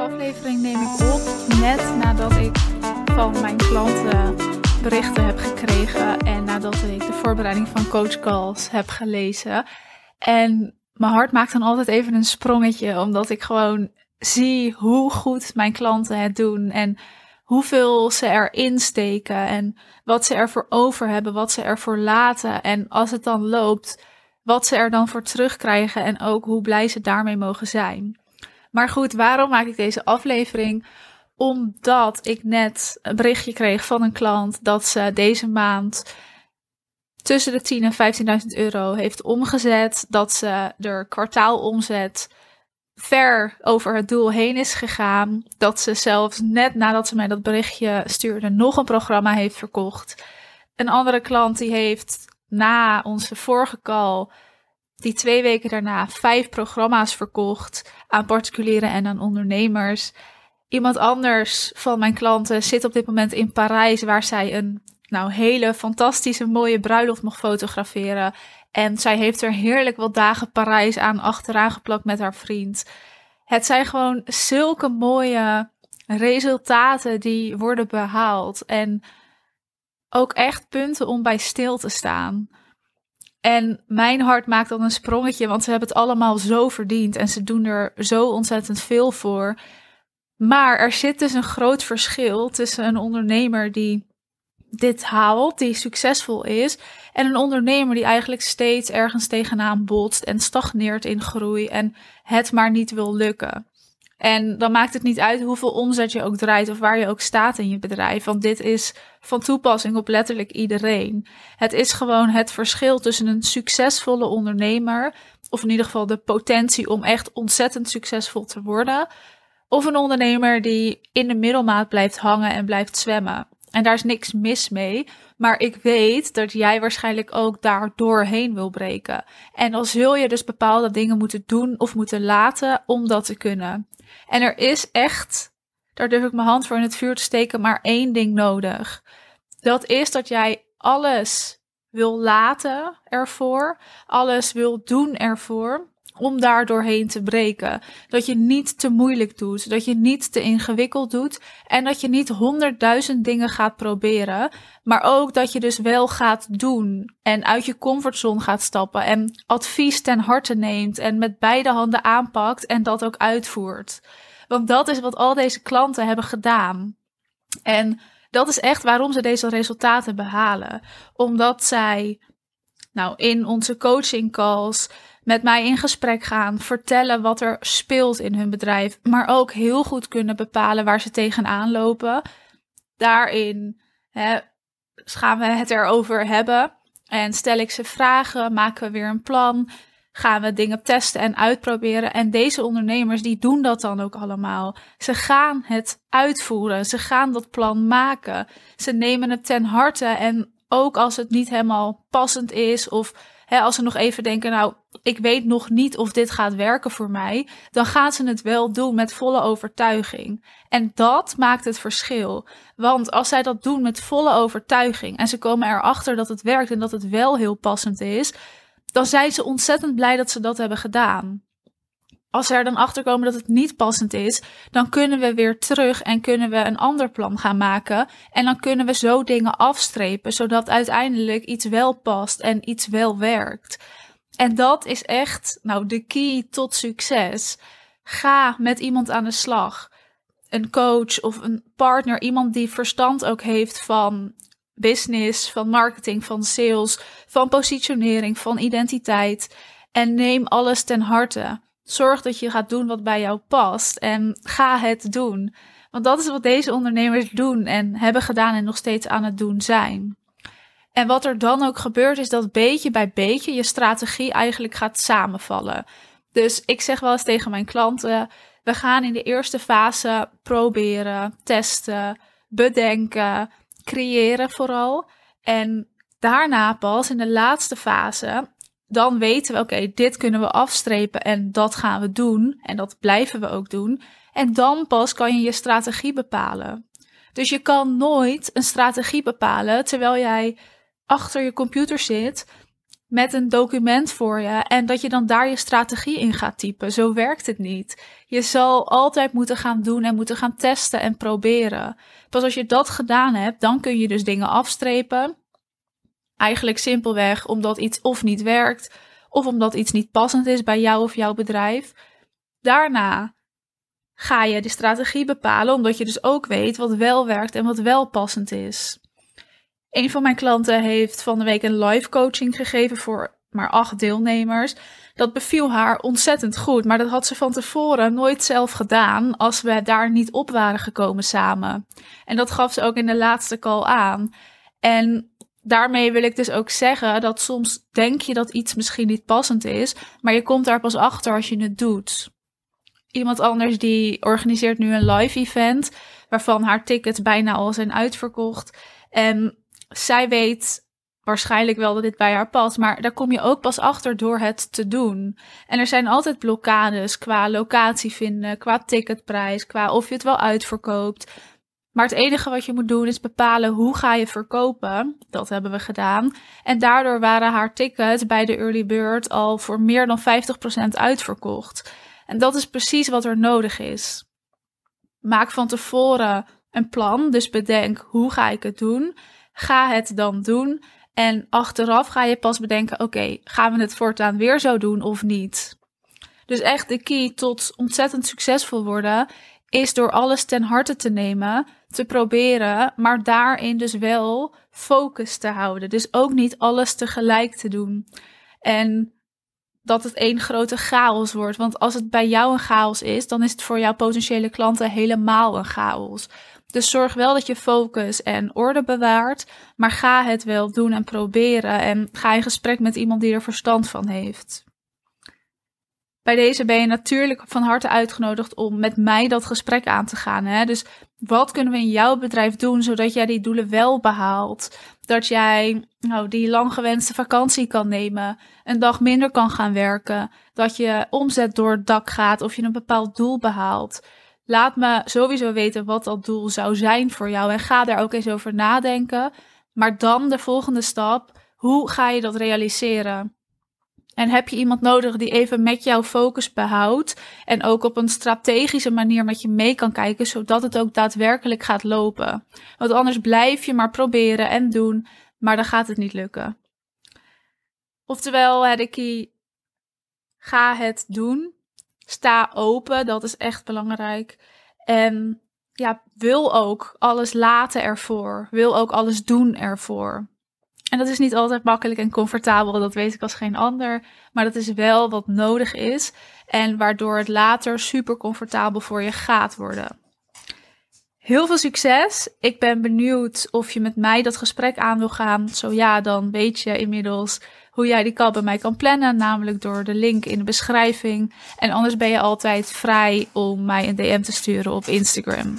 aflevering neem ik op net nadat ik van mijn klanten berichten heb gekregen en nadat ik de voorbereiding van Coach Calls heb gelezen. En mijn hart maakt dan altijd even een sprongetje, omdat ik gewoon zie hoe goed mijn klanten het doen en hoeveel ze erin steken en wat ze ervoor over hebben, wat ze ervoor laten. En als het dan loopt, wat ze er dan voor terugkrijgen en ook hoe blij ze daarmee mogen zijn. Maar goed, waarom maak ik deze aflevering? Omdat ik net een berichtje kreeg van een klant dat ze deze maand tussen de 10.000 en 15.000 euro heeft omgezet. Dat ze de kwartaalomzet ver over het doel heen is gegaan. Dat ze zelfs net nadat ze mij dat berichtje stuurde nog een programma heeft verkocht. Een andere klant die heeft na onze vorige call, die 2 weken daarna 5 programma's verkocht aan particulieren en aan ondernemers. Iemand anders van mijn klanten zit op dit moment in Parijs, waar zij een hele fantastische mooie bruiloft mocht fotograferen. En zij heeft er heerlijk wat dagen Parijs aan achteraan geplakt met haar vriend. Het zijn gewoon zulke mooie resultaten die worden behaald. En ook echt punten om bij stil te staan. En mijn hart maakt dan een sprongetje, want ze hebben het allemaal zo verdiend. En ze doen er zo ontzettend veel voor. Maar er zit dus een groot verschil tussen een ondernemer die dit haalt, die succesvol is, en een ondernemer die eigenlijk steeds ergens tegenaan botst en stagneert in groei en het maar niet wil lukken. En dan maakt het niet uit hoeveel omzet je ook draait of waar je ook staat in je bedrijf, want dit is van toepassing op letterlijk iedereen. Het is gewoon het verschil tussen een succesvolle ondernemer, of in ieder geval de potentie om echt ontzettend succesvol te worden, of een ondernemer die in de middelmaat blijft hangen en blijft zwemmen. En daar is niks mis mee, maar ik weet dat jij waarschijnlijk ook daar doorheen wil breken. En dan zul je dus bepaalde dingen moeten doen of moeten laten om dat te kunnen. En er is echt, daar durf ik mijn hand voor in het vuur te steken, maar 1 ding nodig. Dat is dat jij alles wil laten ervoor, alles wil doen ervoor, om daar doorheen te breken. Dat je niet te moeilijk doet, dat je niet te ingewikkeld doet en dat je niet 100.000 dingen gaat proberen, maar ook dat je dus wel gaat doen en uit je comfortzone gaat stappen en advies ten harte neemt en met beide handen aanpakt en dat ook uitvoert. Want dat is wat al deze klanten hebben gedaan. En dat is echt waarom ze deze resultaten behalen. Omdat zij in onze coaching calls met mij in gesprek gaan, vertellen wat er speelt in hun bedrijf, maar ook heel goed kunnen bepalen waar ze tegenaan lopen. Daarin gaan we het erover hebben en stel ik ze vragen, maken we weer een plan, gaan we dingen testen en uitproberen. En deze ondernemers die doen dat dan ook allemaal. Ze gaan het uitvoeren, ze gaan dat plan maken, ze nemen het ten harte en ook als het niet helemaal passend is of als ze nog even denken, ik weet nog niet of dit gaat werken voor mij, dan gaan ze het wel doen met volle overtuiging. En dat maakt het verschil. Want als zij dat doen met volle overtuiging en ze komen erachter dat het werkt en dat het wel heel passend is, dan zijn ze ontzettend blij dat ze dat hebben gedaan. Als ze er dan achter komen dat het niet passend is, dan kunnen we weer terug en kunnen we een ander plan gaan maken. En dan kunnen we zo dingen afstrepen, zodat uiteindelijk iets wel past en iets wel werkt. En dat is echt de key tot succes. Ga met iemand aan de slag. Een coach of een partner, iemand die verstand ook heeft van business, van marketing, van sales, van positionering, van identiteit. En neem alles ten harte. Zorg dat je gaat doen wat bij jou past en ga het doen. Want dat is wat deze ondernemers doen en hebben gedaan en nog steeds aan het doen zijn. En wat er dan ook gebeurt is dat beetje bij beetje je strategie eigenlijk gaat samenvallen. Dus ik zeg wel eens tegen mijn klanten, we gaan in de eerste fase proberen, testen, bedenken, creëren vooral. En daarna pas in de laatste fase, dan weten we, oké, dit kunnen we afstrepen en dat gaan we doen. En dat blijven we ook doen. En dan pas kan je je strategie bepalen. Dus je kan nooit een strategie bepalen terwijl jij achter je computer zit met een document voor je en dat je dan daar je strategie in gaat typen. Zo werkt het niet. Je zal altijd moeten gaan doen en moeten gaan testen en proberen. Pas als je dat gedaan hebt, dan kun je dus dingen afstrepen. Eigenlijk simpelweg omdat iets of niet werkt, of omdat iets niet passend is bij jou of jouw bedrijf. Daarna ga je de strategie bepalen, omdat je dus ook weet wat wel werkt en wat wel passend is. Een van mijn klanten heeft van de week een live coaching gegeven voor maar 8 deelnemers. Dat beviel haar ontzettend goed, maar dat had ze van tevoren nooit zelf gedaan als we daar niet op waren gekomen samen. En dat gaf ze ook in de laatste call aan. En daarmee wil ik dus ook zeggen dat soms denk je dat iets misschien niet passend is, maar je komt daar pas achter als je het doet. Iemand anders die organiseert nu een live event, waarvan haar tickets bijna al zijn uitverkocht. En zij weet waarschijnlijk wel dat dit bij haar past, maar daar kom je ook pas achter door het te doen. En er zijn altijd blokkades qua locatie vinden, qua ticketprijs, qua of je het wel uitverkoopt. Maar het enige wat je moet doen is bepalen hoe ga je verkopen. Dat hebben we gedaan. En daardoor waren haar tickets bij de early bird al voor meer dan 50% uitverkocht. En dat is precies wat er nodig is. Maak van tevoren een plan, dus bedenk hoe ga ik het doen. Ga het dan doen en achteraf ga je pas bedenken, oké, gaan we het voortaan weer zo doen of niet? Dus echt de key tot ontzettend succesvol worden is door alles ten harte te nemen, te proberen, maar daarin dus wel focus te houden. Dus ook niet alles tegelijk te doen. En dat het één grote chaos wordt. Want als het bij jou een chaos is, dan is het voor jouw potentiële klanten helemaal een chaos. Dus zorg wel dat je focus en orde bewaart, maar ga het wel doen en proberen. En ga in gesprek met iemand die er verstand van heeft. Bij deze ben je natuurlijk van harte uitgenodigd om met mij dat gesprek aan te gaan. Hè? Dus wat kunnen we in jouw bedrijf doen zodat jij die doelen wel behaalt? Dat jij die lang gewenste vakantie kan nemen, een dag minder kan gaan werken, dat je omzet door het dak gaat of je een bepaald doel behaalt. Laat me sowieso weten wat dat doel zou zijn voor jou en ga daar ook eens over nadenken. Maar dan de volgende stap, hoe ga je dat realiseren? En heb je iemand nodig die even met jou focus behoudt en ook op een strategische manier met je mee kan kijken, zodat het ook daadwerkelijk gaat lopen. Want anders blijf je maar proberen en doen, maar dan gaat het niet lukken. Oftewel, Ricky, ga het doen. Sta open, dat is echt belangrijk. En wil ook alles laten ervoor. Wil ook alles doen ervoor. En dat is niet altijd makkelijk en comfortabel, dat weet ik als geen ander. Maar dat is wel wat nodig is en waardoor het later super comfortabel voor je gaat worden. Heel veel succes. Ik ben benieuwd of je met mij dat gesprek aan wil gaan. Zo ja, dan weet je inmiddels hoe jij die call bij mij kan plannen. Namelijk door de link in de beschrijving. En anders ben je altijd vrij om mij een DM te sturen op Instagram.